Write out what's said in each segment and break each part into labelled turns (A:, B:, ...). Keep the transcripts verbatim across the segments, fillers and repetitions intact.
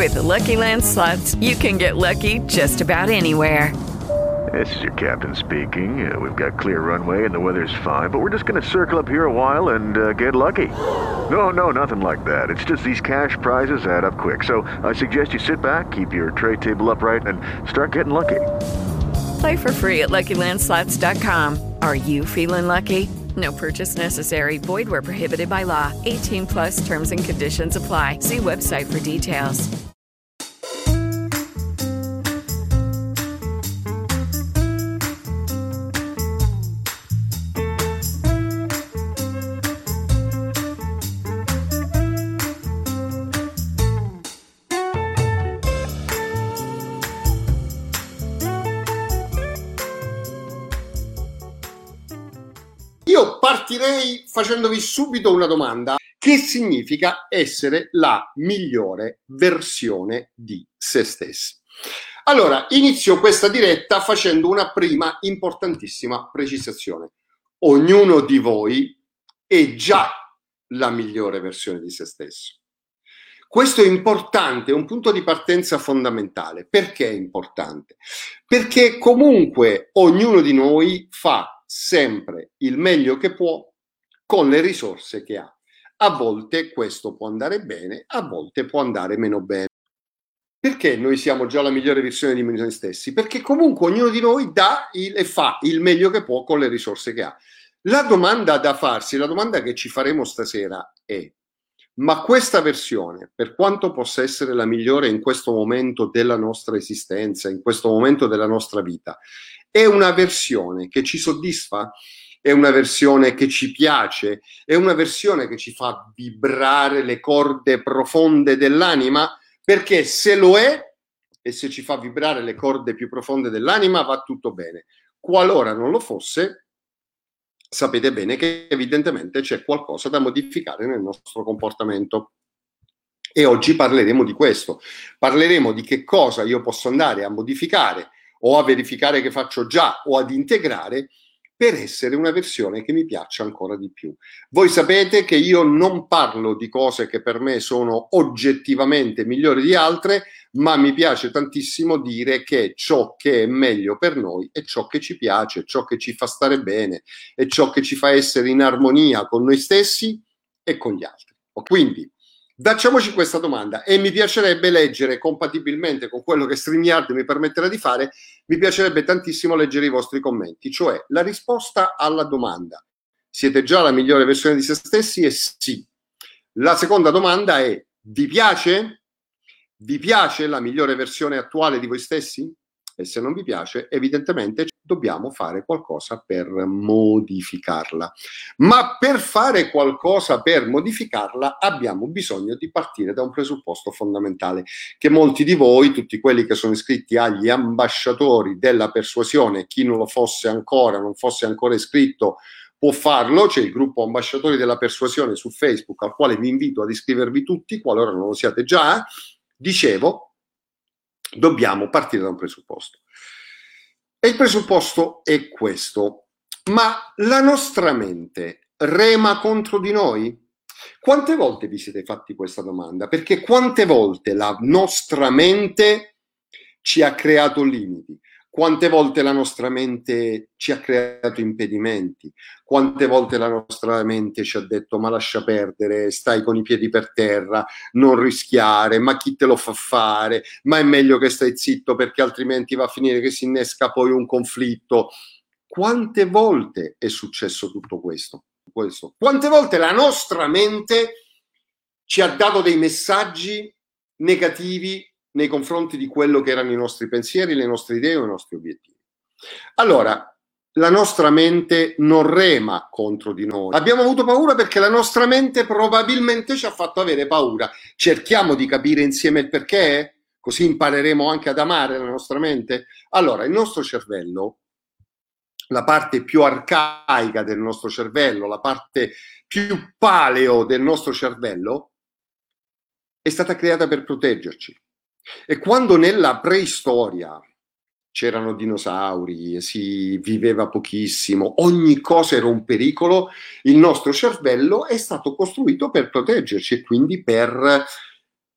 A: With Lucky Land Slots, you can get lucky just about anywhere.
B: This is your captain speaking. Uh, we've got clear runway and the weather's fine, but we're just going to circle up here a while and uh, get lucky. No, no, nothing like that. It's just these cash prizes add up quick. So I suggest you sit back, keep your tray table upright, and start getting lucky.
A: Play for free at Lucky Land Slots dot com. Are you feeling lucky? No purchase necessary. Void where prohibited by law. eighteen plus terms and conditions apply. See website for details.
C: Io partirei facendovi subito una domanda. Che significa essere la migliore versione di se stessi? Allora, inizio questa diretta facendo una prima importantissima precisazione. Ognuno di voi è già la migliore versione di se stesso. Questo è importante, è un punto di partenza fondamentale. Perché è importante? Perché comunque ognuno di noi fa sempre il meglio che può con le risorse che ha. A volte questo può andare bene, a volte può andare meno bene. Perché noi siamo già la migliore versione di noi stessi? Perché comunque ognuno di noi dà il, e fa il meglio che può con le risorse che ha. La domanda da farsi, la domanda che ci faremo stasera è: ma questa versione, per quanto possa essere la migliore in questo momento della nostra esistenza, in questo momento della nostra vita, è una versione che ci soddisfa? È una versione che ci piace? È una versione che ci fa vibrare le corde profonde dell'anima? Perché se lo è, e se ci fa vibrare le corde più profonde dell'anima, va tutto bene. Qualora non lo fosse, sapete bene che evidentemente c'è qualcosa da modificare nel nostro comportamento. E oggi parleremo di questo. Parleremo di che cosa io posso andare a modificare o a verificare che faccio già o ad integrare per essere una versione che mi piaccia ancora di più. Voi sapete che io non parlo di cose che per me sono oggettivamente migliori di altre, ma mi piace tantissimo dire che ciò che è meglio per noi è ciò che ci piace, ciò che ci fa stare bene, è ciò che ci fa essere in armonia con noi stessi e con gli altri. Quindi facciamoci questa domanda, e mi piacerebbe leggere, compatibilmente con quello che StreamYard mi permetterà di fare, mi piacerebbe tantissimo leggere i vostri commenti, cioè la risposta alla domanda: siete già la migliore versione di se stessi? È sì. La seconda domanda è: vi piace? Vi piace la migliore versione attuale di voi stessi? E se non vi piace, evidentemente dobbiamo fare qualcosa per modificarla. Ma per fare qualcosa per modificarla abbiamo bisogno di partire da un presupposto fondamentale, che molti di voi, tutti quelli che sono iscritti agli ambasciatori della persuasione, chi non lo fosse ancora, non fosse ancora iscritto, può farlo. C'è il gruppo ambasciatori della persuasione su Facebook, al quale vi invito ad iscrivervi tutti, qualora non lo siate già. Dicevo, dobbiamo partire da un presupposto. E il presupposto è questo: ma la nostra mente rema contro di noi? Quante volte vi siete fatti questa domanda? Perché quante volte la nostra mente ci ha creato limiti? Quante volte la nostra mente ci ha creato impedimenti? Quante volte la nostra mente ci ha detto: ma lascia perdere, stai con i piedi per terra, non rischiare, ma chi te lo fa fare, ma è meglio che stai zitto perché altrimenti va a finire che si innesca poi un conflitto. Quante volte è successo tutto questo? questo? Quante volte la nostra mente ci ha dato dei messaggi negativi nei confronti di quello che erano i nostri pensieri, le nostre idee o i nostri obiettivi? Allora, la nostra mente non rema contro di noi. Abbiamo avuto paura perché la nostra mente probabilmente ci ha fatto avere paura. Cerchiamo di capire insieme il perché, così impareremo anche ad amare la nostra mente. Allora, il nostro cervello, la parte più arcaica del nostro cervello, la parte più paleo del nostro cervello, è stata creata per proteggerci. E quando nella preistoria c'erano dinosauri, si viveva pochissimo, ogni cosa era un pericolo, il nostro cervello è stato costruito per proteggerci e quindi per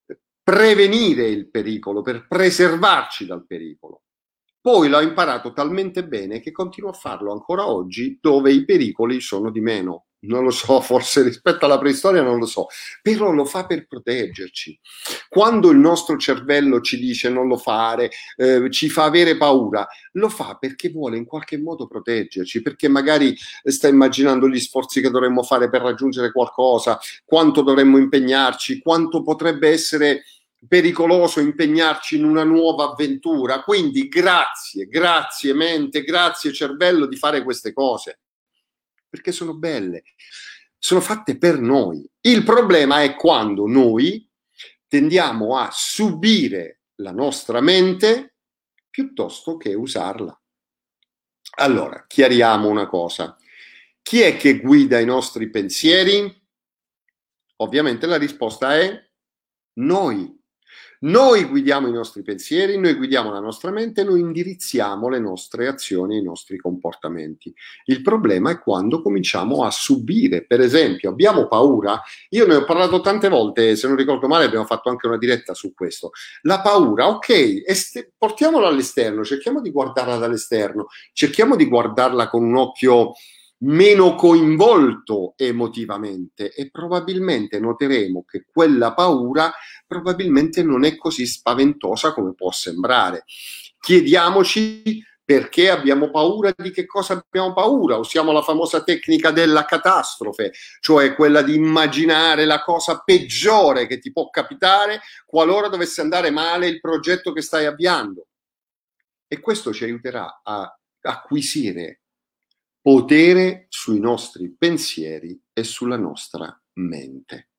C: prevenire il pericolo, per preservarci dal pericolo. Poi l'ho imparato talmente bene che continuo a farlo ancora oggi, dove i pericoli sono di meno. Non lo so, forse rispetto alla preistoria non lo so, però lo fa per proteggerci. Quando il nostro cervello ci dice non lo fare, eh, ci fa avere paura, lo fa perché vuole in qualche modo proteggerci, perché magari sta immaginando gli sforzi che dovremmo fare per raggiungere qualcosa, quanto dovremmo impegnarci, quanto potrebbe essere pericoloso impegnarci in una nuova avventura. Quindi grazie, grazie mente, grazie cervello di fare queste cose, perché sono belle, sono fatte per noi. Il problema è quando noi tendiamo a subire la nostra mente piuttosto che usarla. Allora, chiariamo una cosa. Chi è che guida i nostri pensieri? Ovviamente la risposta è noi. Noi guidiamo i nostri pensieri, noi guidiamo la nostra mente, noi indirizziamo le nostre azioni e i nostri comportamenti. Il problema è quando cominciamo a subire. Per esempio, abbiamo paura. Io ne ho parlato tante volte, se non ricordo male abbiamo fatto anche una diretta su questo. La paura, ok, est- portiamola all'esterno, cerchiamo di guardarla dall'esterno, cerchiamo di guardarla con un occhio meno coinvolto emotivamente e probabilmente noteremo che quella paura probabilmente non è così spaventosa come può sembrare. Chiediamoci perché abbiamo paura, di che cosa abbiamo paura. Usiamo la famosa tecnica della catastrofe, cioè quella di immaginare la cosa peggiore che ti può capitare qualora dovesse andare male il progetto che stai avviando. E questo ci aiuterà a acquisire potere sui nostri pensieri e sulla nostra mente.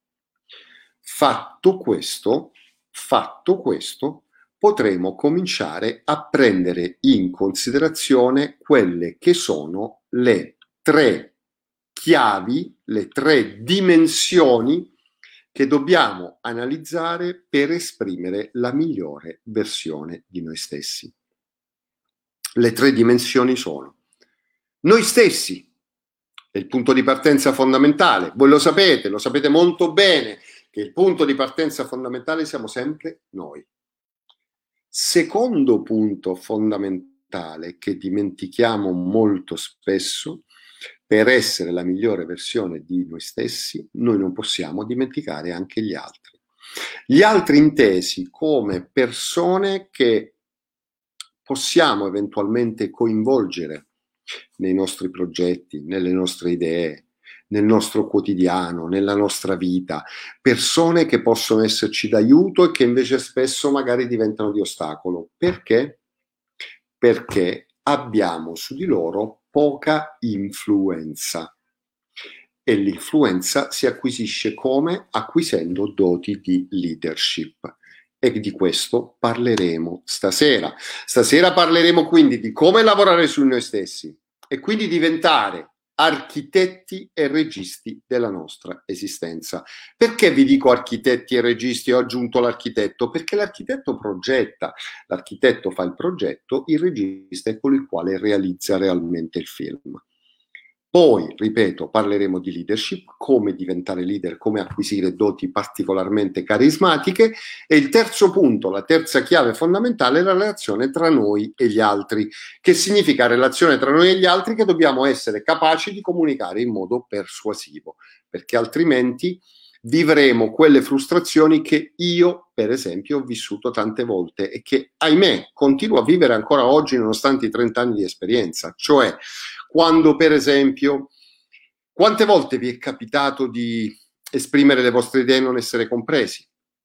C: Fatto questo, fatto questo, potremo cominciare a prendere in considerazione quelle che sono le tre chiavi, le tre dimensioni che dobbiamo analizzare per esprimere la migliore versione di noi stessi. Le tre dimensioni sono noi stessi, è il punto di partenza fondamentale. Voi lo sapete, lo sapete molto bene, che il punto di partenza fondamentale siamo sempre noi. Secondo punto fondamentale che dimentichiamo molto spesso, per essere la migliore versione di noi stessi, noi non possiamo dimenticare anche gli altri. Gli altri intesi come persone che possiamo eventualmente coinvolgere nei nostri progetti, nelle nostre idee, nel nostro quotidiano, nella nostra vita, persone che possono esserci d'aiuto e che invece spesso magari diventano di ostacolo. Perché? Perché abbiamo su di loro poca influenza. E l'influenza si acquisisce come? Acquisendo doti di leadership. E di questo parleremo stasera. Stasera parleremo quindi di come lavorare su noi stessi e quindi diventare architetti e registi della nostra esistenza. Perché vi dico architetti e registi? Ho aggiunto l'architetto perché l'architetto progetta, l'architetto fa il progetto, il regista è colui il quale realizza realmente il film. Poi, ripeto, parleremo di leadership, come diventare leader, come acquisire doti particolarmente carismatiche e il terzo punto, la terza chiave fondamentale è la relazione tra noi e gli altri, che significa relazione tra noi e gli altri che dobbiamo essere capaci di comunicare in modo persuasivo, perché altrimenti vivremo quelle frustrazioni che io, per esempio, ho vissuto tante volte e che, ahimè, continuo a vivere ancora oggi nonostante i trenta anni di esperienza, cioè quando, per esempio, quante volte vi è capitato di esprimere le vostre idee e non essere compresi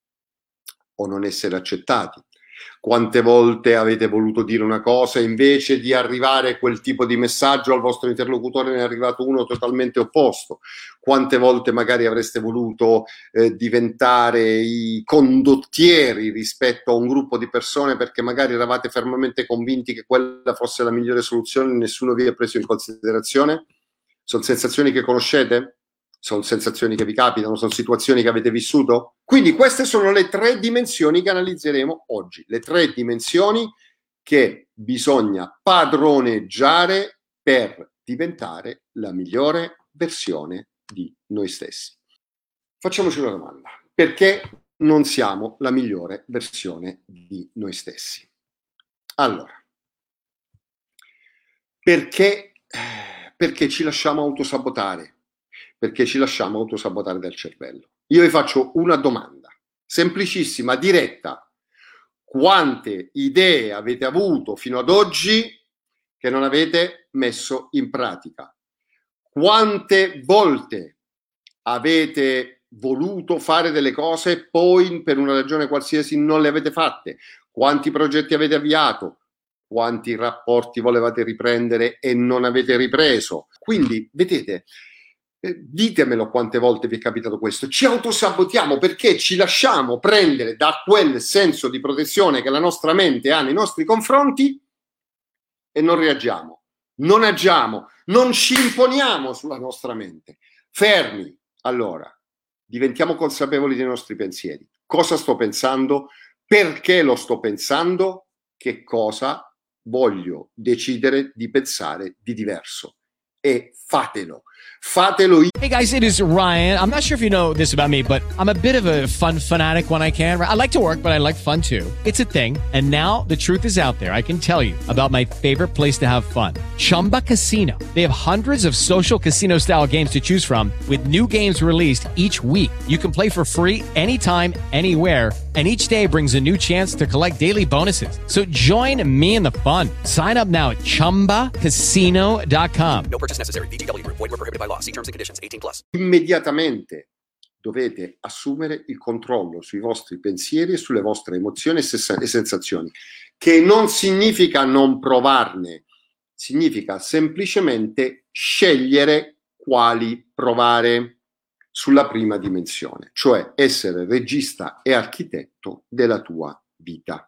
C: o non essere accettati? Quante volte avete voluto dire una cosa e invece di arrivare quel tipo di messaggio al vostro interlocutore ne è arrivato uno totalmente opposto? Quante volte magari avreste voluto eh, diventare i condottieri rispetto a un gruppo di persone perché magari eravate fermamente convinti che quella fosse la migliore soluzione e nessuno vi ha preso in considerazione? Sono sensazioni che conoscete? Sono sensazioni che vi capitano? Sono situazioni che avete vissuto? Quindi queste sono le tre dimensioni che analizzeremo oggi, le tre dimensioni che bisogna padroneggiare per diventare la migliore versione di noi stessi. Facciamoci una domanda. Perché non siamo la migliore versione di noi stessi. Allora, perché, perché ci lasciamo autosabotare? Perché ci lasciamo autosabotare dal cervello. Io vi faccio una domanda, semplicissima, diretta. Quante idee avete avuto fino ad oggi che non avete messo in pratica? Quante volte avete voluto fare delle cose e poi per una ragione qualsiasi non le avete fatte? Quanti progetti avete avviato? Quanti rapporti volevate riprendere e non avete ripreso? Quindi, vedete, eh, ditemelo quante volte vi è capitato questo. Ci autosabotiamo perché ci lasciamo prendere da quel senso di protezione che la nostra mente ha nei nostri confronti e non reagiamo, non agiamo, non ci imponiamo sulla nostra mente. Fermi. Allora, diventiamo consapevoli dei nostri pensieri. Cosa sto pensando? Perché lo sto pensando? Che cosa voglio decidere di pensare di diverso? E fatelo. Fatelo.
D: Hey guys, it is Ryan. I'm not sure if you know this about me, but I'm a bit of a fun fanatic when I can. I like to work, but I like fun too. It's a thing. And now the truth is out there. I can tell you about my favorite place to have fun. Chumba Casino. They have hundreds of social casino style games to choose from with new games released each week. You can play for free anytime, anywhere. And each day brings a new chance to collect daily bonuses. So join me in the fun. Sign up now at chumba casino dot com.
E: No purchase necessary. V G W Group. Void where prohibited by law. See terms and conditions. eighteen plus.
C: Immediatamente dovete assumere il controllo sui vostri pensieri e sulle vostre emozioni e sensazioni, che non significa non provarne, significa semplicemente scegliere quali provare sulla prima dimensione, cioè essere regista e architetto della tua vita.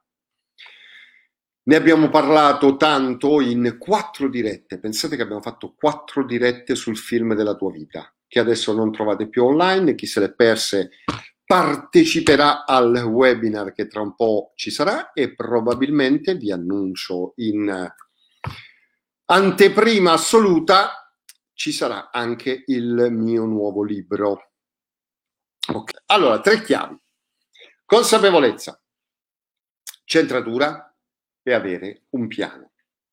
C: Ne abbiamo parlato tanto in quattro dirette. Pensate che abbiamo fatto quattro dirette sul film della tua vita, che adesso non trovate più online. Chi se le perse parteciperà al webinar che tra un po' ci sarà e probabilmente vi annuncio in anteprima assoluta ci sarà anche il mio nuovo libro. Okay. Allora, tre chiavi: consapevolezza, centratura e avere un piano.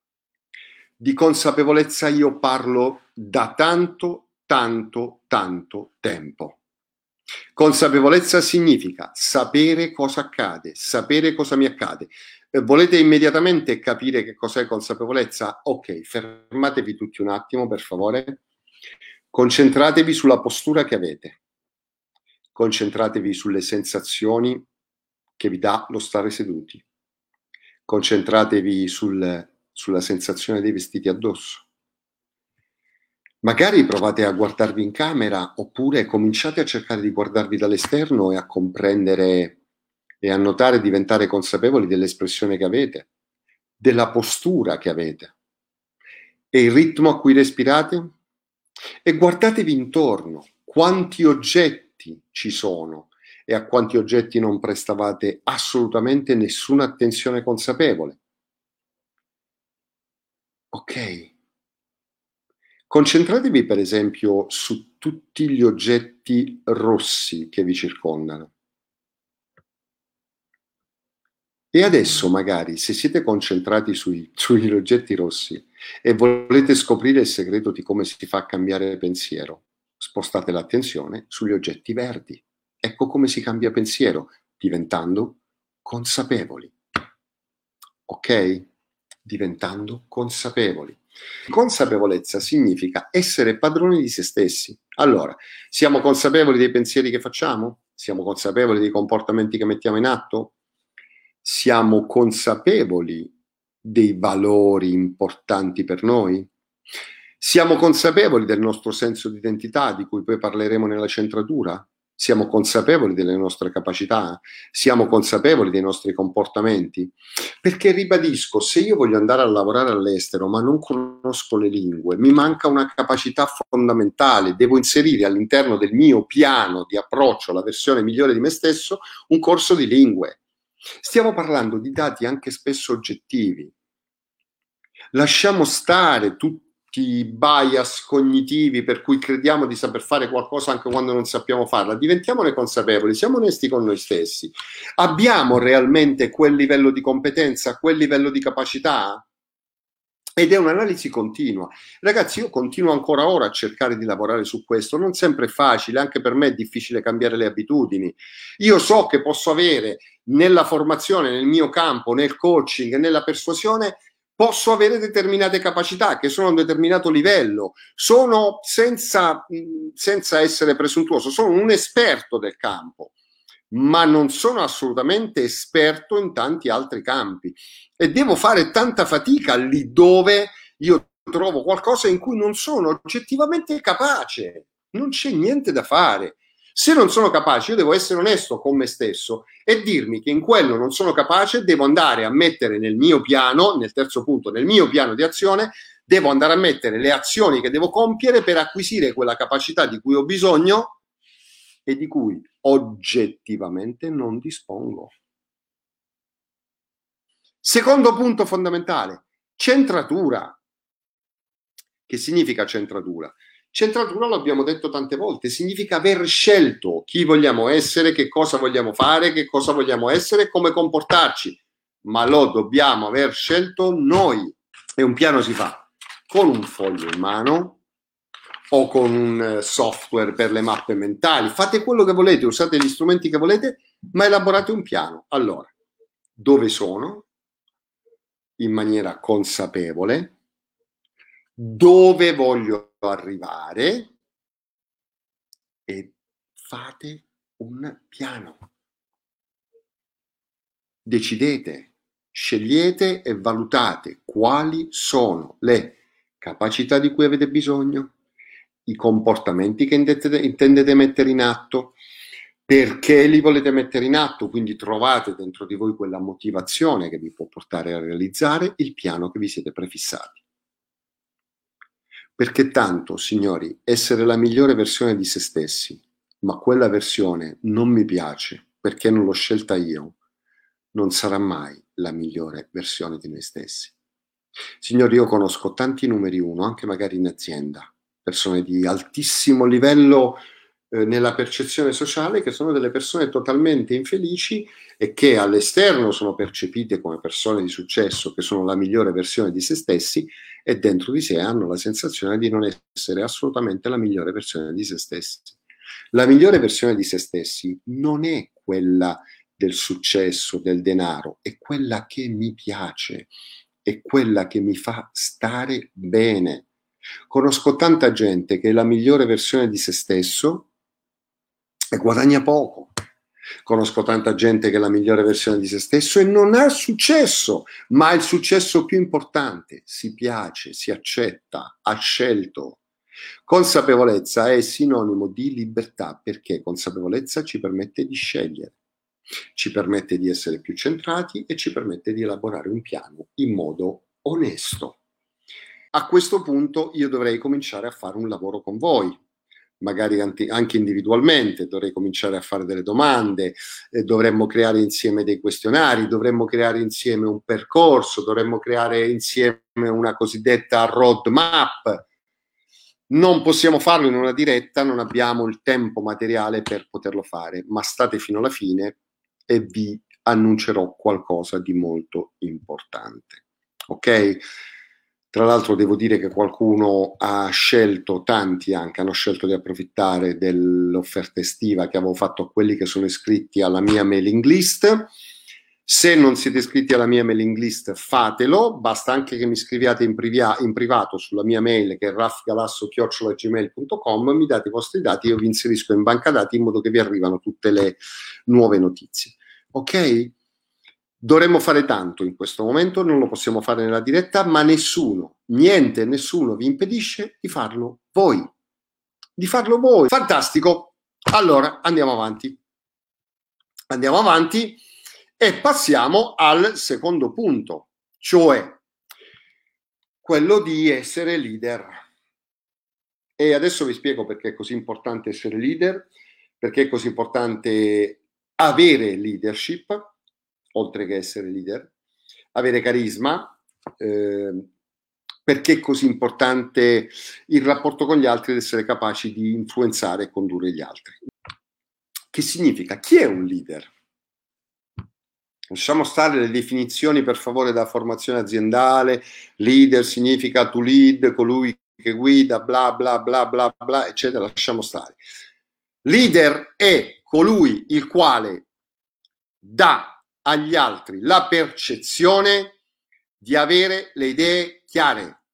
C: Di consapevolezza io parlo da tanto, tanto, tanto tempo. Consapevolezza significa sapere cosa accade, sapere cosa mi accade. Eh, volete immediatamente capire che cos'è consapevolezza? Ok, fermatevi tutti un attimo, per favore. Concentratevi sulla postura che avete. Concentratevi sulle sensazioni che vi dà lo stare seduti. Concentratevi sul, sulla sensazione dei vestiti addosso. Magari provate a guardarvi in camera oppure cominciate a cercare di guardarvi dall'esterno e a comprendere e a notare, diventare consapevoli dell'espressione che avete, della postura che avete e il ritmo a cui respirate. E guardatevi intorno, quanti oggetti ci sono e a quanti oggetti non prestavate assolutamente nessuna attenzione consapevole. Ok. Concentratevi per esempio su tutti gli oggetti rossi che vi circondano. E adesso magari, se siete concentrati sui, sugli oggetti rossi e volete scoprire il segreto di come si fa a cambiare pensiero, spostate l'attenzione sugli oggetti verdi. Ecco come si cambia pensiero, diventando consapevoli. Ok? Diventando consapevoli. Consapevolezza significa essere padroni di se stessi. Allora, siamo consapevoli dei pensieri che facciamo? Siamo consapevoli dei comportamenti che mettiamo in atto? Siamo consapevoli dei valori importanti per noi? Siamo consapevoli del nostro senso di identità, di cui poi parleremo nella centratura? Siamo consapevoli delle nostre capacità? Siamo consapevoli dei nostri comportamenti? Perché ribadisco, se io voglio andare a lavorare all'estero ma non conosco le lingue, mi manca una capacità fondamentale, devo inserire all'interno del mio piano di approccio alla versione migliore di me stesso un corso di lingue. Stiamo parlando di dati anche spesso oggettivi. Lasciamo stare tutti bias cognitivi per cui crediamo di saper fare qualcosa anche quando non sappiamo farla. Diventiamone consapevoli, siamo onesti con noi stessi. Abbiamo realmente quel livello di competenza, quel livello di capacità? Ed è un'analisi continua. Ragazzi, io continuo ancora ora a cercare di lavorare su questo, non sempre è facile, anche per me è difficile cambiare le abitudini. Io so che posso avere nella formazione, nel mio campo, nel coaching, nella persuasione, posso avere determinate capacità che sono a un determinato livello, sono senza, senza essere presuntuoso, sono un esperto del campo, ma non sono assolutamente esperto in tanti altri campi e devo fare tanta fatica lì dove io trovo qualcosa in cui non sono oggettivamente capace, non c'è niente da fare. Se non sono capace, io devo essere onesto con me stesso e dirmi che in quello non sono capace, devo andare a mettere nel mio piano, nel terzo punto, nel mio piano di azione, devo andare a mettere le azioni che devo compiere per acquisire quella capacità di cui ho bisogno e di cui oggettivamente non dispongo. Secondo punto fondamentale, centratura. Che significa centratura? Centratura, l'abbiamo detto tante volte, significa aver scelto chi vogliamo essere, che cosa vogliamo fare, che cosa vogliamo essere, come comportarci, ma lo dobbiamo aver scelto noi. E un piano si fa con un foglio in mano o con un software per le mappe mentali. Fate quello che volete, usate gli strumenti che volete, ma elaborate un piano. Allora, dove sono? In maniera consapevole. Dove voglio arrivare? E fate un piano. Decidete, scegliete e valutate quali sono le capacità di cui avete bisogno, i comportamenti che intendete, intendete mettere in atto, perché li volete mettere in atto, quindi trovate dentro di voi quella motivazione che vi può portare a realizzare il piano che vi siete prefissati. Perché tanto, signori, essere la migliore versione di se stessi, ma quella versione non mi piace perché non l'ho scelta io, non sarà mai la migliore versione di noi stessi. Signori, io conosco tanti numeri uno, anche magari in azienda, persone di altissimo livello eh, nella percezione sociale, che sono delle persone totalmente infelici e che all'esterno sono percepite come persone di successo, che sono la migliore versione di se stessi, e dentro di sé hanno la sensazione di non essere assolutamente la migliore versione di se stessi. La migliore versione di se stessi non è quella del successo, del denaro, è quella che mi piace, è quella che mi fa stare bene. Conosco tanta gente che è la migliore versione di se stesso e guadagna poco. Conosco tanta gente che è la migliore versione di se stesso e non ha successo, ma il successo più importante: si piace, si accetta, ha scelto. Consapevolezza è sinonimo di libertà, perché consapevolezza ci permette di scegliere, ci permette di essere più centrati e ci permette di elaborare un piano in modo onesto. A questo punto io dovrei cominciare a fare un lavoro con voi, magari anche individualmente, dovrei cominciare a fare delle domande, eh, dovremmo creare insieme dei questionari, dovremmo creare insieme un percorso, dovremmo creare insieme una cosiddetta roadmap. Non possiamo farlo in una diretta, non abbiamo il tempo materiale per poterlo fare, ma state fino alla fine e vi annuncerò qualcosa di molto importante. Ok? Tra l'altro devo dire che qualcuno ha scelto, tanti anche, hanno scelto di approfittare dell'offerta estiva che avevo fatto a quelli che sono iscritti alla mia mailing list. Se non siete iscritti alla mia mailing list, fatelo, basta anche che mi scriviate in, privia, in privato sulla mia mail, che è raffgalasso chiocciola gmail punto com, mi date i vostri dati, io vi inserisco in banca dati in modo che vi arrivano tutte le nuove notizie. Ok? Dovremmo fare tanto in questo momento, non lo possiamo fare nella diretta, ma nessuno, niente, nessuno vi impedisce di farlo voi. Di farlo voi. Fantastico. Allora, andiamo avanti. Andiamo avanti e passiamo al secondo punto, cioè quello di essere leader. E adesso vi spiego perché è così importante essere leader, perché è così importante avere leadership, oltre che essere leader, avere carisma, eh, perché è così importante il rapporto con gli altri ed essere capaci di influenzare e condurre gli altri. Che significa? Chi è un leader? Lasciamo stare le definizioni per favore della formazione aziendale. Leader significa to lead, colui che guida, bla bla bla bla bla, eccetera. Lasciamo stare. Leader è colui il quale dà agli altri la percezione di avere le idee chiare.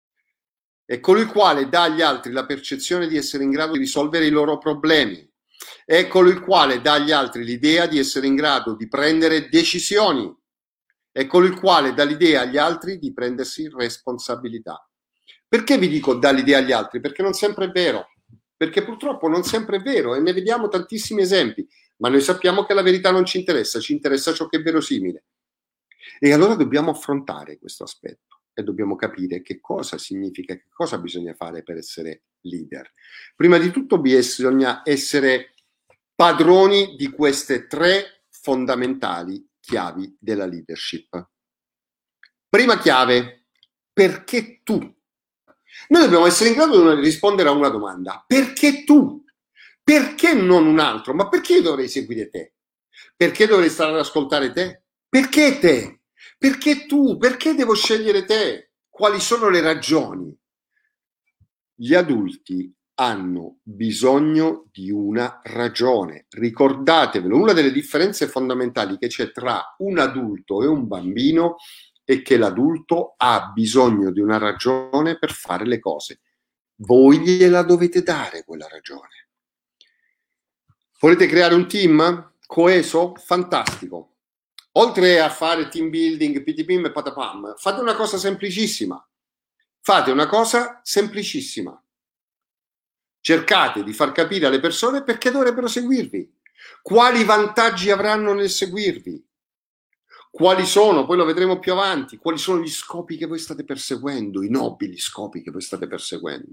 C: È colui il quale dà agli altri la percezione di essere in grado di risolvere i loro problemi. È colui il quale dà agli altri l'idea di essere in grado di prendere decisioni. È colui il quale dà l'idea agli altri di prendersi responsabilità. Perché vi dico dà l'idea agli altri? Perché non sempre è vero. Perché purtroppo non sempre è vero e ne vediamo tantissimi esempi. Ma noi sappiamo che la verità non ci interessa, ci interessa ciò che è verosimile. E allora dobbiamo affrontare questo aspetto e dobbiamo capire che cosa significa, che cosa bisogna fare per essere leader. Prima di tutto bisogna essere padroni di queste tre fondamentali chiavi della leadership. Prima chiave, perché tu? Noi dobbiamo essere in grado di rispondere a una domanda. Perché tu? Perché non un altro? Ma perché io dovrei seguire te? Perché dovrei stare ad ascoltare te? Perché te? Perché tu? Perché devo scegliere te? Quali sono le ragioni? Gli adulti hanno bisogno di una ragione. Ricordatevelo, una delle differenze fondamentali che c'è tra un adulto e un bambino è che l'adulto ha bisogno di una ragione per fare le cose. Voi gliela dovete dare quella ragione. Volete creare un team coeso? Fantastico. Oltre a fare team building, pitipim e patapam, fate una cosa semplicissima. Fate una cosa semplicissima. Cercate di far capire alle persone perché dovrebbero seguirvi, quali vantaggi avranno nel seguirvi, quali sono, poi lo vedremo più avanti, quali sono gli scopi che voi state perseguendo, i nobili scopi che voi state perseguendo.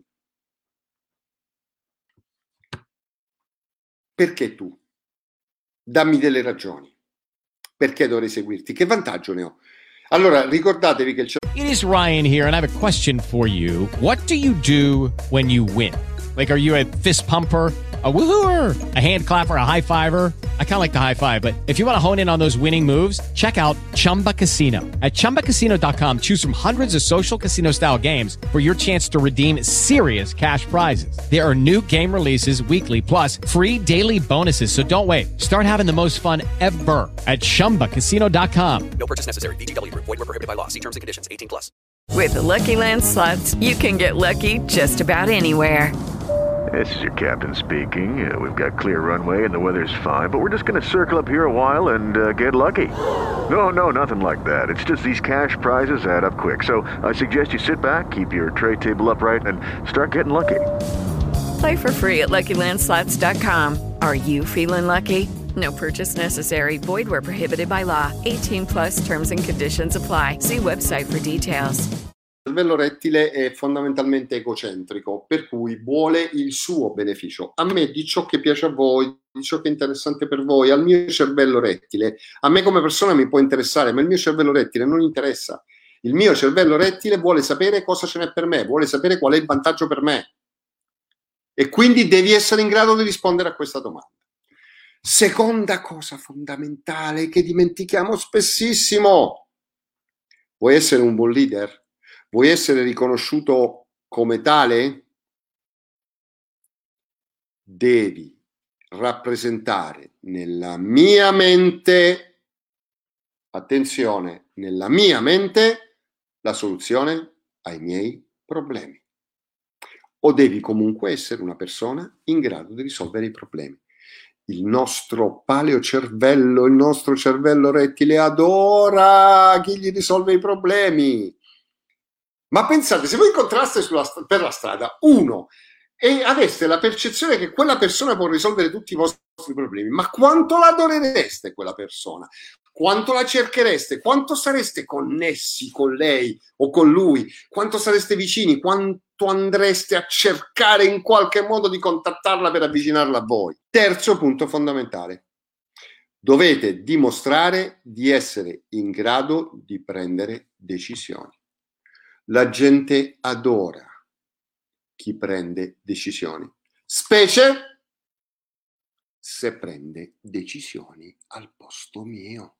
C: Perché tu? Dammi delle ragioni. Perché dovrei seguirti? Che vantaggio ne ho? Allora, ricordatevi che il...
D: It is Ryan here, and I have a question for you. What do you do when you win? Like, are you a fist pumper, a woohooer, a hand clapper, a high fiver? I kind of like the high five, but if you want to hone in on those winning moves, check out Chumba Casino. At chumba casino dot com, choose from hundreds of social casino style games for your chance to redeem serious cash prizes. There are new game releases weekly, plus free daily bonuses. So don't wait. Start having the most fun ever at chumba casino dot com.
E: No purchase necessary. V G W Group. Void where prohibited by law. See terms and conditions. eighteen plus.
A: With the Lucky Land Slots, you can get lucky just about anywhere.
B: This is your captain speaking. Uh, we've got clear runway and the weather's fine, but we're just going to circle up here a while and uh, get lucky. No, no, nothing like that. It's just these cash prizes add up quick. So I suggest you sit back, keep your tray table upright, and start getting lucky.
A: Play for free at lucky land slots dot com. Are you feeling lucky? No purchase necessary. Void where prohibited by law. eighteen plus terms and conditions apply. See website for details.
C: Il cervello rettile è fondamentalmente egocentrico, per cui vuole il suo beneficio. A me di ciò che piace a voi, di ciò che è interessante per voi, al mio cervello rettile. A me come persona mi può interessare, ma il mio cervello rettile non interessa. Il mio cervello rettile vuole sapere cosa ce n'è per me, vuole sapere qual è il vantaggio per me. E quindi devi essere in grado di rispondere a questa domanda. Seconda cosa fondamentale che dimentichiamo spessissimo. Vuoi essere un buon leader? Vuoi essere riconosciuto come tale? Devi rappresentare nella mia mente, attenzione, nella mia mente, la soluzione ai miei problemi. O devi comunque essere una persona in grado di risolvere i problemi. Il nostro paleocervello, il nostro cervello rettile adora chi gli risolve i problemi. Ma pensate, se voi incontraste sulla, per la strada uno e aveste la percezione che quella persona può risolvere tutti i vostri problemi, ma quanto la adorereste quella persona? Quanto la cerchereste? Quanto sareste connessi con lei o con lui? Quanto sareste vicini? Quanto andreste a cercare in qualche modo di contattarla per avvicinarla a voi? Terzo punto fondamentale. Dovete dimostrare di essere in grado di prendere decisioni. La gente adora chi prende decisioni, specie se prende decisioni al posto mio.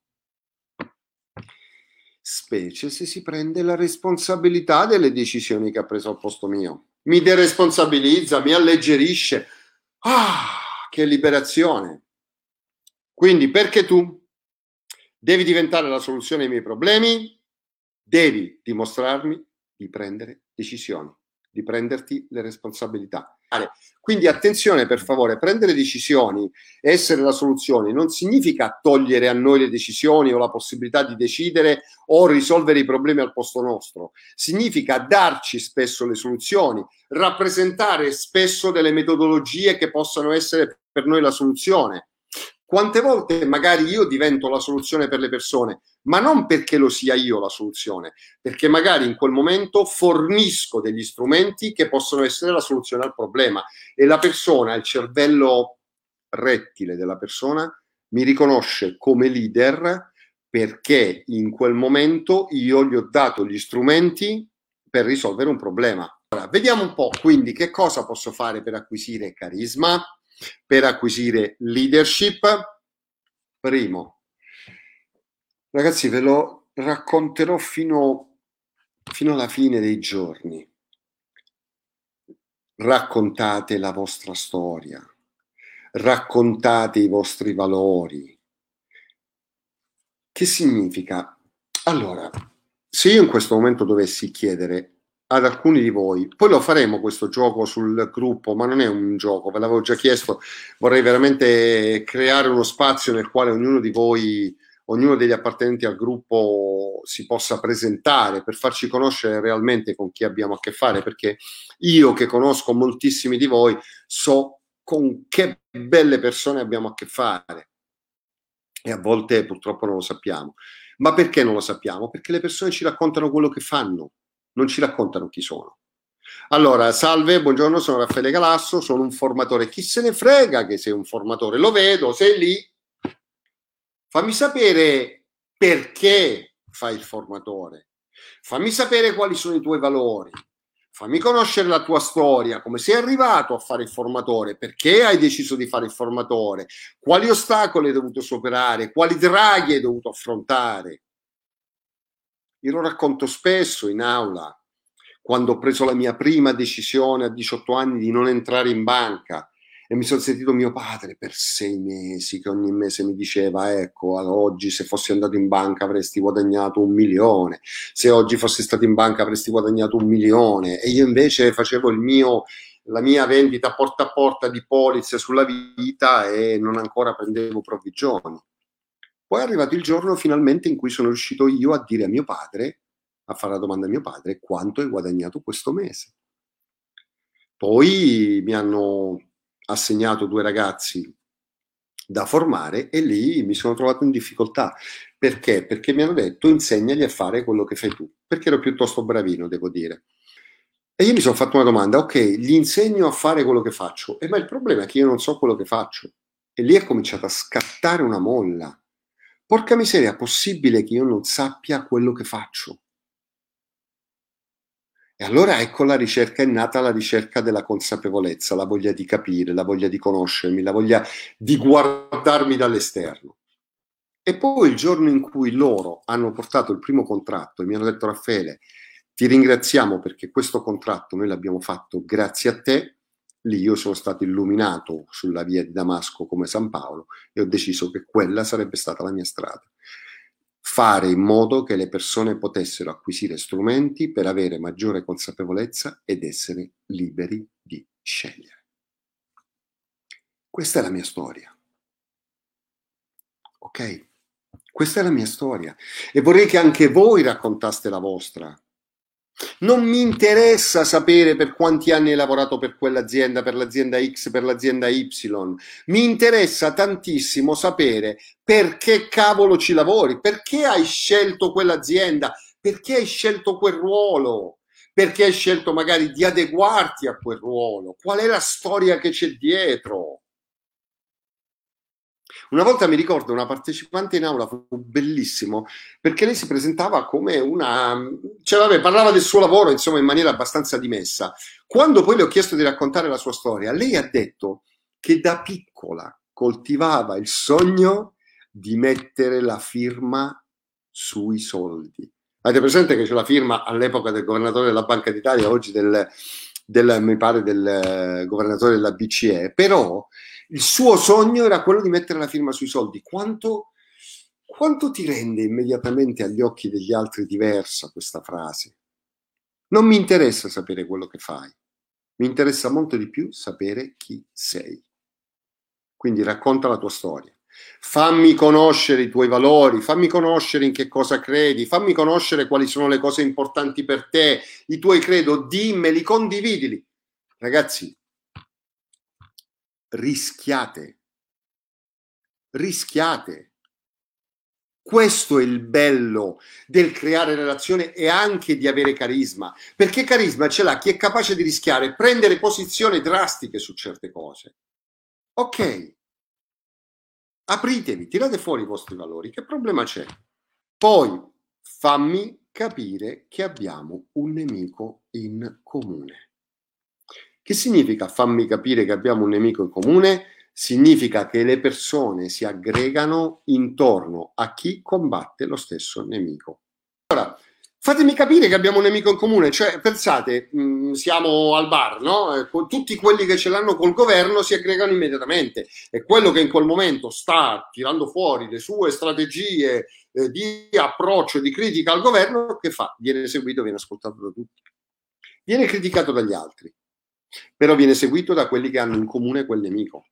C: Specie se si prende la responsabilità delle decisioni che ha preso al posto mio. Mi deresponsabilizza, mi alleggerisce. Ah, che liberazione! Quindi, perché tu devi diventare la soluzione ai miei problemi, devi dimostrarmi di prendere decisioni, di prenderti le responsabilità. Quindi attenzione, per favore, prendere decisioni, essere la soluzione, non significa togliere a noi le decisioni o la possibilità di decidere o risolvere i problemi al posto nostro. Significa darci spesso le soluzioni, rappresentare spesso delle metodologie che possano essere per noi la soluzione. Quante volte magari io divento la soluzione per le persone, ma non perché lo sia io la soluzione, perché magari in quel momento fornisco degli strumenti che possono essere la soluzione al problema e la persona, il cervello rettile della persona, mi riconosce come leader perché in quel momento io gli ho dato gli strumenti per risolvere un problema. Allora, vediamo un po' quindi che cosa posso fare per acquisire carisma, per acquisire leadership. Primo, ragazzi, ve lo racconterò fino, fino alla fine dei giorni. Raccontate la vostra storia, raccontate i vostri valori. Che significa? Allora, se io in questo momento dovessi chiedere ad alcuni di voi, poi lo faremo questo gioco sul gruppo, ma non è un gioco, ve l'avevo già chiesto, vorrei veramente creare uno spazio nel quale ognuno di voi, ognuno degli appartenenti al gruppo si possa presentare per farci conoscere realmente con chi abbiamo a che fare, perché io che conosco moltissimi di voi so con che belle persone abbiamo a che fare e a volte purtroppo non lo sappiamo. Ma perché non lo sappiamo? Perché le persone ci raccontano quello che fanno, non ci raccontano chi sono. Allora, salve, buongiorno, sono Raffaele Galasso, sono un formatore. Chi se ne frega che sei un formatore? Lo vedo, sei lì. Fammi sapere perché fai il formatore. Fammi sapere quali sono i tuoi valori. Fammi conoscere la tua storia, come sei arrivato a fare il formatore, perché hai deciso di fare il formatore, quali ostacoli hai dovuto superare, quali draghi hai dovuto affrontare. Io lo racconto spesso in aula, quando ho preso la mia prima decisione a diciotto anni di non entrare in banca e mi sono sentito mio padre per sei mesi che ogni mese mi diceva: ecco, ad oggi se fossi andato in banca avresti guadagnato un milione, se oggi fossi stato in banca avresti guadagnato un milione, e io invece facevo il mio, la mia vendita porta a porta di polizze sulla vita e non ancora prendevo provvigioni. Poi è arrivato il giorno finalmente in cui sono riuscito io a dire a mio padre, a fare la domanda a mio padre: quanto hai guadagnato questo mese? Poi mi hanno assegnato due ragazzi da formare e lì mi sono trovato in difficoltà. Perché? Perché mi hanno detto: insegnagli a fare quello che fai tu, perché ero piuttosto bravino, devo dire. E io mi sono fatto una domanda: ok, gli insegno a fare quello che faccio, e ma il problema è che io non so quello che faccio. E lì è cominciata a scattare una molla. Porca miseria, è possibile che io non sappia quello che faccio? E allora ecco la ricerca, è nata la ricerca della consapevolezza, la voglia di capire, la voglia di conoscermi, la voglia di guardarmi dall'esterno. E poi il giorno in cui loro hanno portato il primo contratto e mi hanno detto: Raffaele, ti ringraziamo perché questo contratto noi l'abbiamo fatto grazie a te, lì io sono stato illuminato sulla via di Damasco come San Paolo e ho deciso che quella sarebbe stata la mia strada. Fare in modo che le persone potessero acquisire strumenti per avere maggiore consapevolezza ed essere liberi di scegliere. Questa è la mia storia. Ok? Questa è la mia storia. E vorrei che anche voi raccontaste la vostra. Non mi interessa sapere per quanti anni hai lavorato per quell'azienda, per l'azienda X, per l'azienda Y. Mi interessa tantissimo sapere perché cavolo ci lavori, perché hai scelto quell'azienda, perché hai scelto quel ruolo, perché hai scelto magari di adeguarti a quel ruolo, qual è la storia che c'è dietro. Una volta mi ricordo una partecipante in aula, fu bellissimo, perché lei si presentava come una... cioè vabbè, parlava del suo lavoro, insomma, in maniera abbastanza dimessa. Quando poi le ho chiesto di raccontare la sua storia, lei ha detto che da piccola coltivava il sogno di mettere la firma sui soldi. Avete presente che c'è la firma all'epoca del governatore della Banca d'Italia, oggi del, del mi pare del governatore della B C E, però il suo sogno era quello di mettere la firma sui soldi. Quanto, quanto ti rende immediatamente agli occhi degli altri diversa questa frase? Non mi interessa sapere quello che fai, mi interessa molto di più sapere chi sei. Quindi racconta la tua storia. Fammi conoscere i tuoi valori, fammi conoscere in che cosa credi, fammi conoscere quali sono le cose importanti per te, i tuoi credo, dimmeli, condividili. Ragazzi, rischiate, rischiate. Questo è il bello del creare relazione e anche di avere carisma, perché carisma ce l'ha chi è capace di rischiare, prendere posizioni drastiche su certe cose. Ok. Apritevi, tirate fuori i vostri valori, che problema c'è? Poi fammi capire che abbiamo un nemico in comune. Che significa fammi capire che abbiamo un nemico in comune? Significa che le persone si aggregano intorno a chi combatte lo stesso nemico. Allora, fatemi capire che abbiamo un nemico in comune, cioè pensate, mh, siamo al bar, no? Eh, tutti quelli che ce l'hanno col governo si aggregano immediatamente e quello che in quel momento sta tirando fuori le sue strategie eh, di approccio, di critica al governo, che fa? Viene seguito, viene ascoltato da tutti, viene criticato dagli altri, però viene seguito da quelli che hanno in comune quel nemico.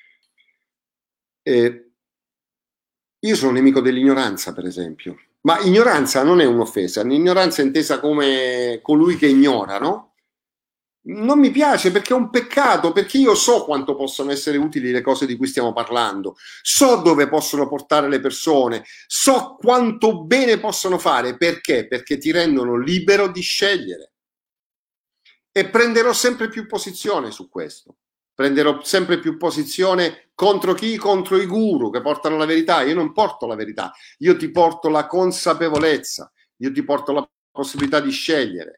C: Eh, io sono nemico dell'ignoranza, per esempio. Ma ignoranza non è un'offesa, l'ignoranza è intesa come colui che ignora, no? Non mi piace perché è un peccato, perché io so quanto possono essere utili le cose di cui stiamo parlando, so dove possono portare le persone, so quanto bene possono fare, perché? Perché ti rendono libero di scegliere. E prenderò sempre più posizione su questo. Prenderò sempre più posizione contro chi? Contro i guru che portano la verità. Io non porto la verità, io ti porto la consapevolezza, io ti porto la possibilità di scegliere.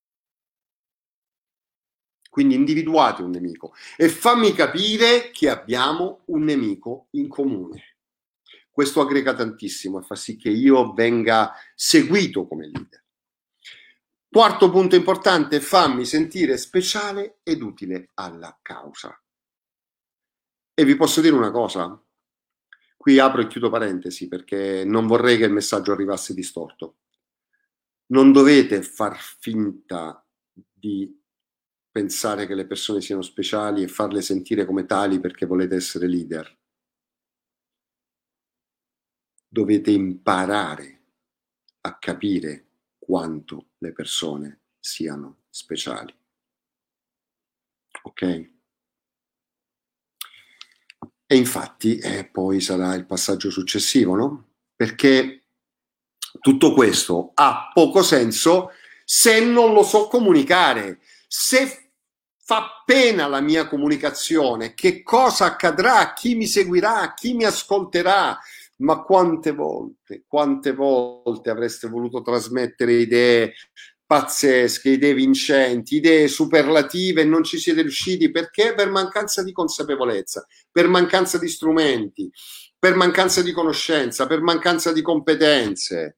C: Quindi individuate un nemico e fammi capire che abbiamo un nemico in comune. Questo aggrega tantissimo e fa sì che io venga seguito come leader. Quarto punto importante, fammi sentire speciale ed utile alla causa. E vi posso dire una cosa, qui apro e chiudo parentesi perché non vorrei che il messaggio arrivasse distorto. Non dovete far finta di pensare che le persone siano speciali e farle sentire come tali perché volete essere leader. Dovete imparare a capire quanto le persone siano speciali. Ok? E infatti eh, poi sarà il passaggio successivo, no? Perché tutto questo ha poco senso se non lo so comunicare. Se fa pena la mia comunicazione, che cosa accadrà? A chi mi seguirà? A chi mi ascolterà? Ma quante volte, quante volte avreste voluto trasmettere idee pazzesche, idee vincenti, idee superlative e non ci siete riusciti perché? Per mancanza di consapevolezza, per mancanza di strumenti, per mancanza di conoscenza, per mancanza di competenze.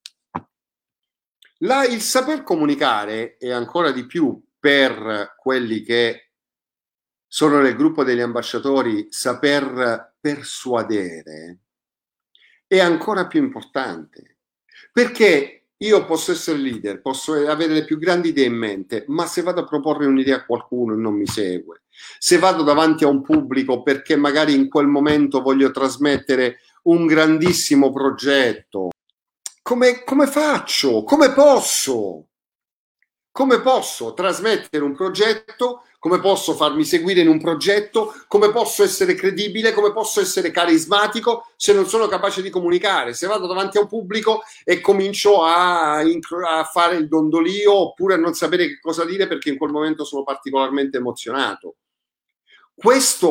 C: La, il saper comunicare e ancora di più per quelli che sono nel gruppo degli ambasciatori, saper persuadere è ancora più importante, perché io posso essere leader, posso avere le più grandi idee in mente, ma se vado a proporre un'idea a qualcuno e non mi segue, se vado davanti a un pubblico perché magari in quel momento voglio trasmettere un grandissimo progetto, come, come faccio? Come posso? Come posso trasmettere un progetto? Come posso farmi seguire in un progetto? Come posso essere credibile? Come posso essere carismatico se non sono capace di comunicare? Se vado davanti a un pubblico e comincio a, a fare il dondolio oppure a non sapere che cosa dire perché in quel momento sono particolarmente emozionato. Questo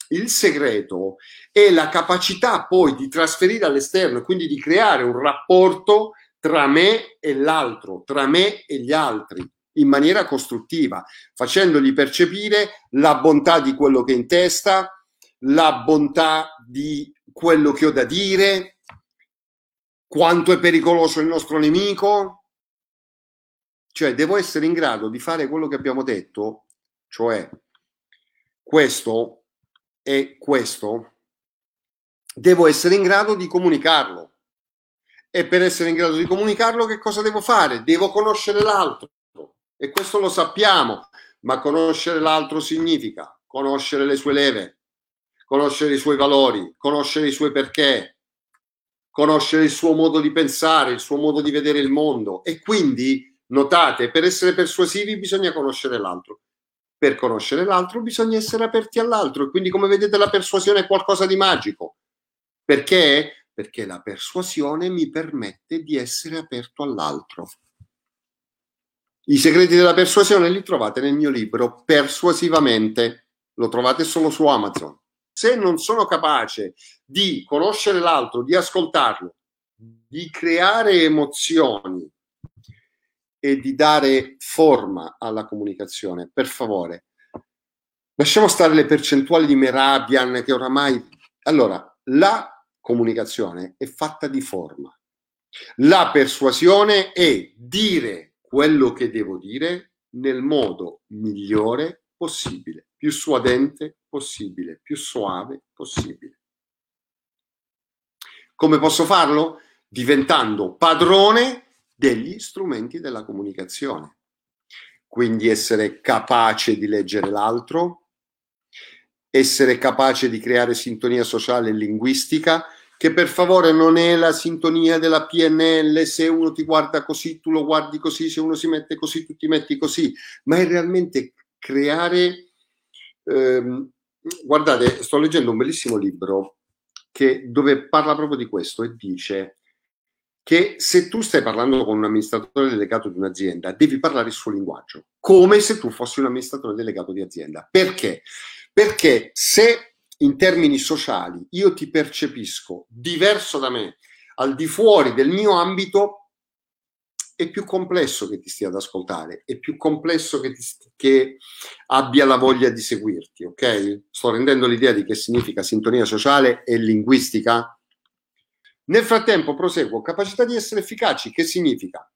C: il segreto è la capacità poi di trasferire all'esterno e quindi di creare un rapporto tra me e l'altro, tra me e gli altri, in maniera costruttiva, facendogli percepire la bontà di quello che è in testa, la bontà di quello che ho da dire, quanto è pericoloso il nostro nemico. Cioè, devo essere in grado di fare quello che abbiamo detto, cioè questo e questo, devo essere in grado di comunicarlo. E per essere in grado di comunicarlo, che cosa devo fare? Devo conoscere l'altro. E questo lo sappiamo, ma conoscere l'altro significa conoscere le sue leve, conoscere i suoi valori, conoscere i suoi perché, conoscere il suo modo di pensare, il suo modo di vedere il mondo. E quindi, notate, per essere persuasivi bisogna conoscere l'altro. Per conoscere l'altro bisogna essere aperti all'altro. E quindi, come vedete, la persuasione è qualcosa di magico. Perché? Perché la persuasione mi permette di essere aperto all'altro. I segreti della persuasione li trovate nel mio libro Persuasivamente, lo trovate solo su Amazon. Se non sono capace di conoscere l'altro, di ascoltarlo, di creare emozioni e di dare forma alla comunicazione, per favore, lasciamo stare le percentuali di Mehrabian che oramai... Allora, la comunicazione è fatta di forma. La persuasione è dire quello che devo dire nel modo migliore possibile, più suadente possibile, più soave possibile. Come posso farlo? Diventando padrone degli strumenti della comunicazione. Quindi essere capace di leggere l'altro, essere capace di creare sintonia sociale e linguistica, che per favore non è la sintonia della P N L, se uno ti guarda così tu lo guardi così, se uno si mette così tu ti metti così, ma è realmente creare... Ehm, guardate, sto leggendo un bellissimo libro che, dove parla proprio di questo e dice che se tu stai parlando con un amministratore delegato di un'azienda, devi parlare il suo linguaggio, come se tu fossi un amministratore delegato di azienda. Perché? Perché se in termini sociali io ti percepisco diverso da me, al di fuori del mio ambito, è più complesso che ti stia ad ascoltare, è più complesso che, ti, che abbia la voglia di seguirti, ok? Sto rendendo l'idea di che significa sintonia sociale e linguistica. Nel frattempo proseguo, capacità di essere efficaci, che significa?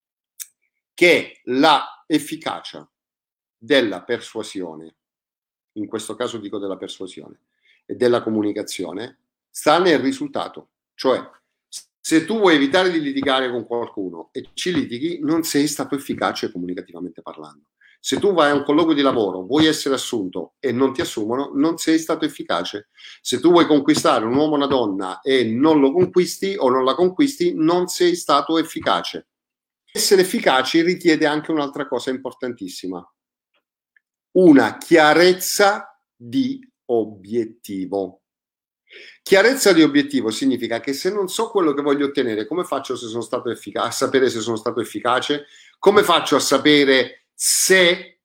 C: Che la efficacia della persuasione, in questo caso dico della persuasione, e della comunicazione, sta nel risultato. Cioè, se tu vuoi evitare di litigare con qualcuno e ci litighi, non sei stato efficace comunicativamente parlando. Se tu vai a un colloquio di lavoro, vuoi essere assunto e non ti assumono, non sei stato efficace. Se tu vuoi conquistare un uomo o una donna e non lo conquisti o non la conquisti, non sei stato efficace. Essere efficaci richiede anche un'altra cosa importantissima: una chiarezza di obiettivo. Chiarezza di obiettivo significa che se non so quello che voglio ottenere, come faccio se sono stato efficace, a sapere se sono stato efficace? Come faccio a sapere se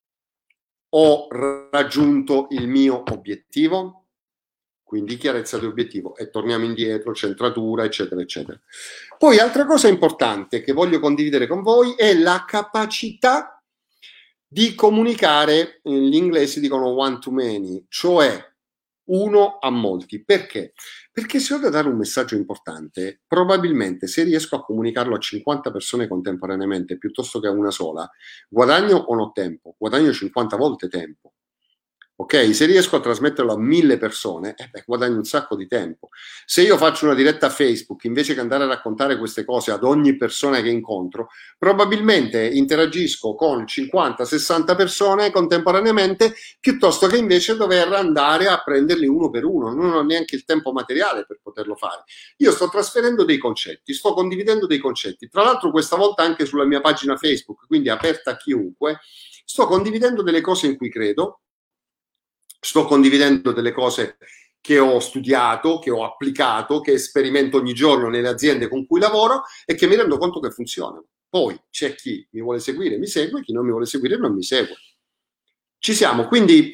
C: ho raggiunto il mio obiettivo? Quindi chiarezza di obiettivo. E torniamo indietro, centratura, eccetera, eccetera. Poi altra cosa importante che voglio condividere con voi è la capacità di comunicare, gli inglesi dicono one to many, cioè uno a molti. Perché? Perché se ho da dare un messaggio importante, probabilmente se riesco a comunicarlo a cinquanta persone contemporaneamente piuttosto che a una sola, guadagno o no tempo? Guadagno cinquanta volte tempo. Ok? Se riesco a trasmetterlo a mille persone, eh beh, guadagno un sacco di tempo. Se io faccio una diretta a Facebook, invece che andare a raccontare queste cose ad ogni persona che incontro, probabilmente interagisco con cinquanta sessanta persone contemporaneamente, piuttosto che invece dover andare a prenderli uno per uno. Non ho neanche il tempo materiale per poterlo fare. Io sto trasferendo dei concetti, sto condividendo dei concetti. Tra l'altro questa volta anche sulla mia pagina Facebook, quindi aperta a chiunque, sto condividendo delle cose in cui credo, sto condividendo delle cose che ho studiato, che ho applicato, che sperimento ogni giorno nelle aziende con cui lavoro e che mi rendo conto che funzionano. Poi c'è chi mi vuole seguire, mi segue, chi non mi vuole seguire non mi segue. Ci siamo, quindi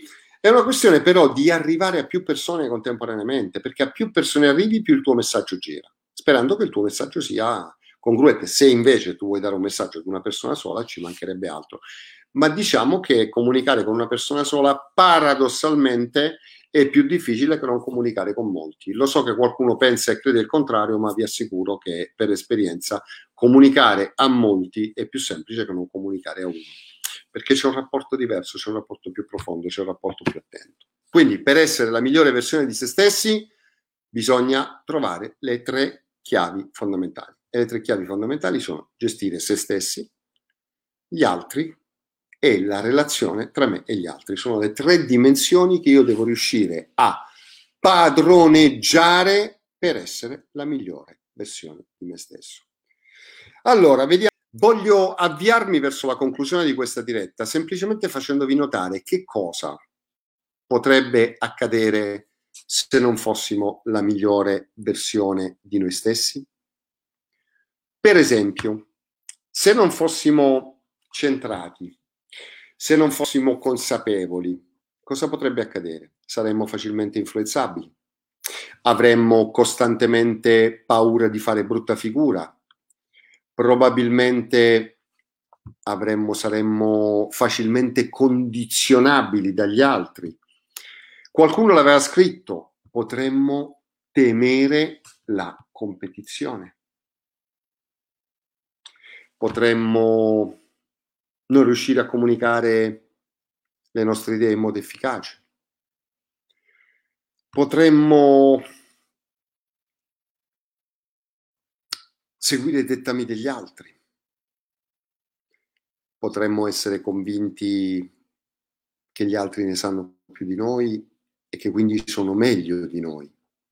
C: È una questione però di arrivare a più persone contemporaneamente, perché a più persone arrivi, più il tuo messaggio gira, sperando che il tuo messaggio sia congruente. Se invece tu vuoi dare un messaggio ad una persona sola, ci mancherebbe altro. Ma diciamo che comunicare con una persona sola paradossalmente è più difficile che non comunicare con molti. Lo so che qualcuno pensa e crede il contrario, ma vi assicuro che per esperienza comunicare a molti è più semplice che non comunicare a uno, perché c'è un rapporto diverso, c'è un rapporto più profondo, c'è un rapporto più attento. Quindi per essere la migliore versione di se stessi bisogna trovare le tre chiavi fondamentali. E le tre chiavi fondamentali sono gestire se stessi, gli altri e la relazione tra me e gli altri. Sono le tre dimensioni che io devo riuscire a padroneggiare per essere la migliore versione di me stesso. Allora, vediamo. Voglio avviarmi verso la conclusione di questa diretta semplicemente facendovi notare che cosa potrebbe accadere se non fossimo la migliore versione di noi stessi. Per esempio, se non fossimo centrati, se non fossimo consapevoli, cosa potrebbe accadere? Saremmo facilmente influenzabili, avremmo costantemente paura di fare brutta figura, probabilmente avremmo, saremmo facilmente condizionabili dagli altri. Qualcuno l'aveva scritto, potremmo temere la competizione. Potremmo non riuscire a comunicare le nostre idee in modo efficace. Potremmo seguire i dettami degli altri. Potremmo essere convinti che gli altri ne sanno più di noi e che quindi sono meglio di noi.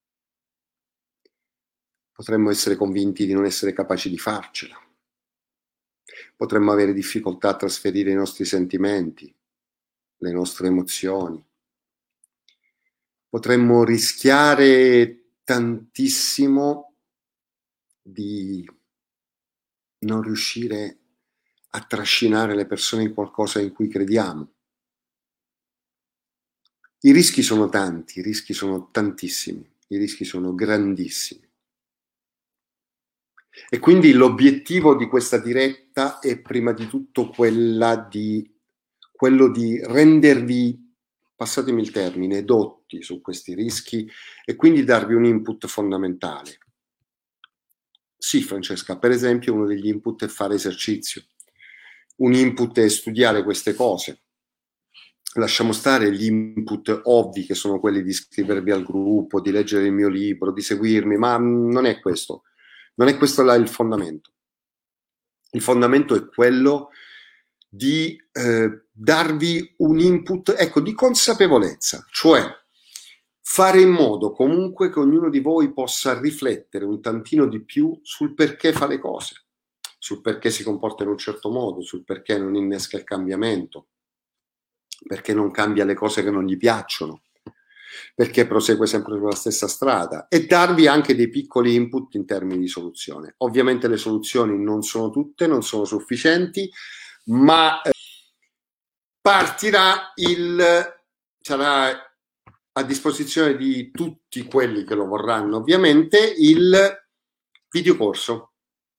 C: Potremmo essere convinti di non essere capaci di farcela. Potremmo avere difficoltà a trasferire i nostri sentimenti, le nostre emozioni. Potremmo rischiare tantissimo di non riuscire a trascinare le persone in qualcosa in cui crediamo. I rischi sono tanti, i rischi sono tantissimi, i rischi sono grandissimi. E quindi l'obiettivo di questa diretta è prima di tutto quella di, quello di rendervi, passatemi il termine, dotti su questi rischi e quindi darvi un input fondamentale. Sì, Francesca, per esempio uno degli input è fare esercizio, un input è studiare queste cose. Lasciamo stare gli input ovvi che sono quelli di iscrivervi al gruppo, di leggere il mio libro, di seguirmi, ma non è questo. Non è questo là il fondamento. Il fondamento è quello di eh, darvi un input, ecco, di consapevolezza, cioè fare in modo comunque che ognuno di voi possa riflettere un tantino di più sul perché fa le cose, sul perché si comporta in un certo modo, sul perché non innesca il cambiamento, perché non cambia le cose che non gli piacciono, perché prosegue sempre sulla stessa strada, e darvi anche dei piccoli input in termini di soluzione. Ovviamente le soluzioni non sono tutte, non sono sufficienti, ma eh, partirà il, sarà a disposizione di tutti quelli che lo vorranno, ovviamente, il videocorso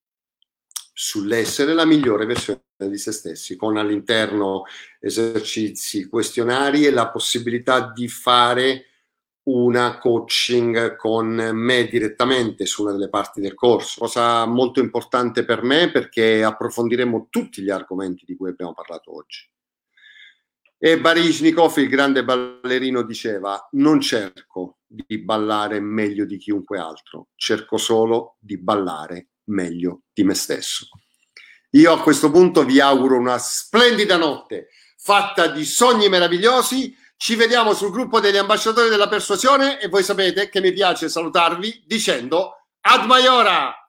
C: sull'essere la migliore versione di se stessi, con all'interno esercizi, questionari e la possibilità di fare una coaching con me direttamente su una delle parti del corso, cosa molto importante per me perché approfondiremo tutti gli argomenti di cui abbiamo parlato oggi. E Baryshnikov, il grande ballerino, diceva: non cerco di ballare meglio di chiunque altro, cerco solo di ballare meglio di me stesso. Io a questo punto vi auguro una splendida notte fatta di sogni meravigliosi. Ci vediamo sul gruppo degli ambasciatori della persuasione e voi sapete che mi piace salutarvi dicendo ad maiora!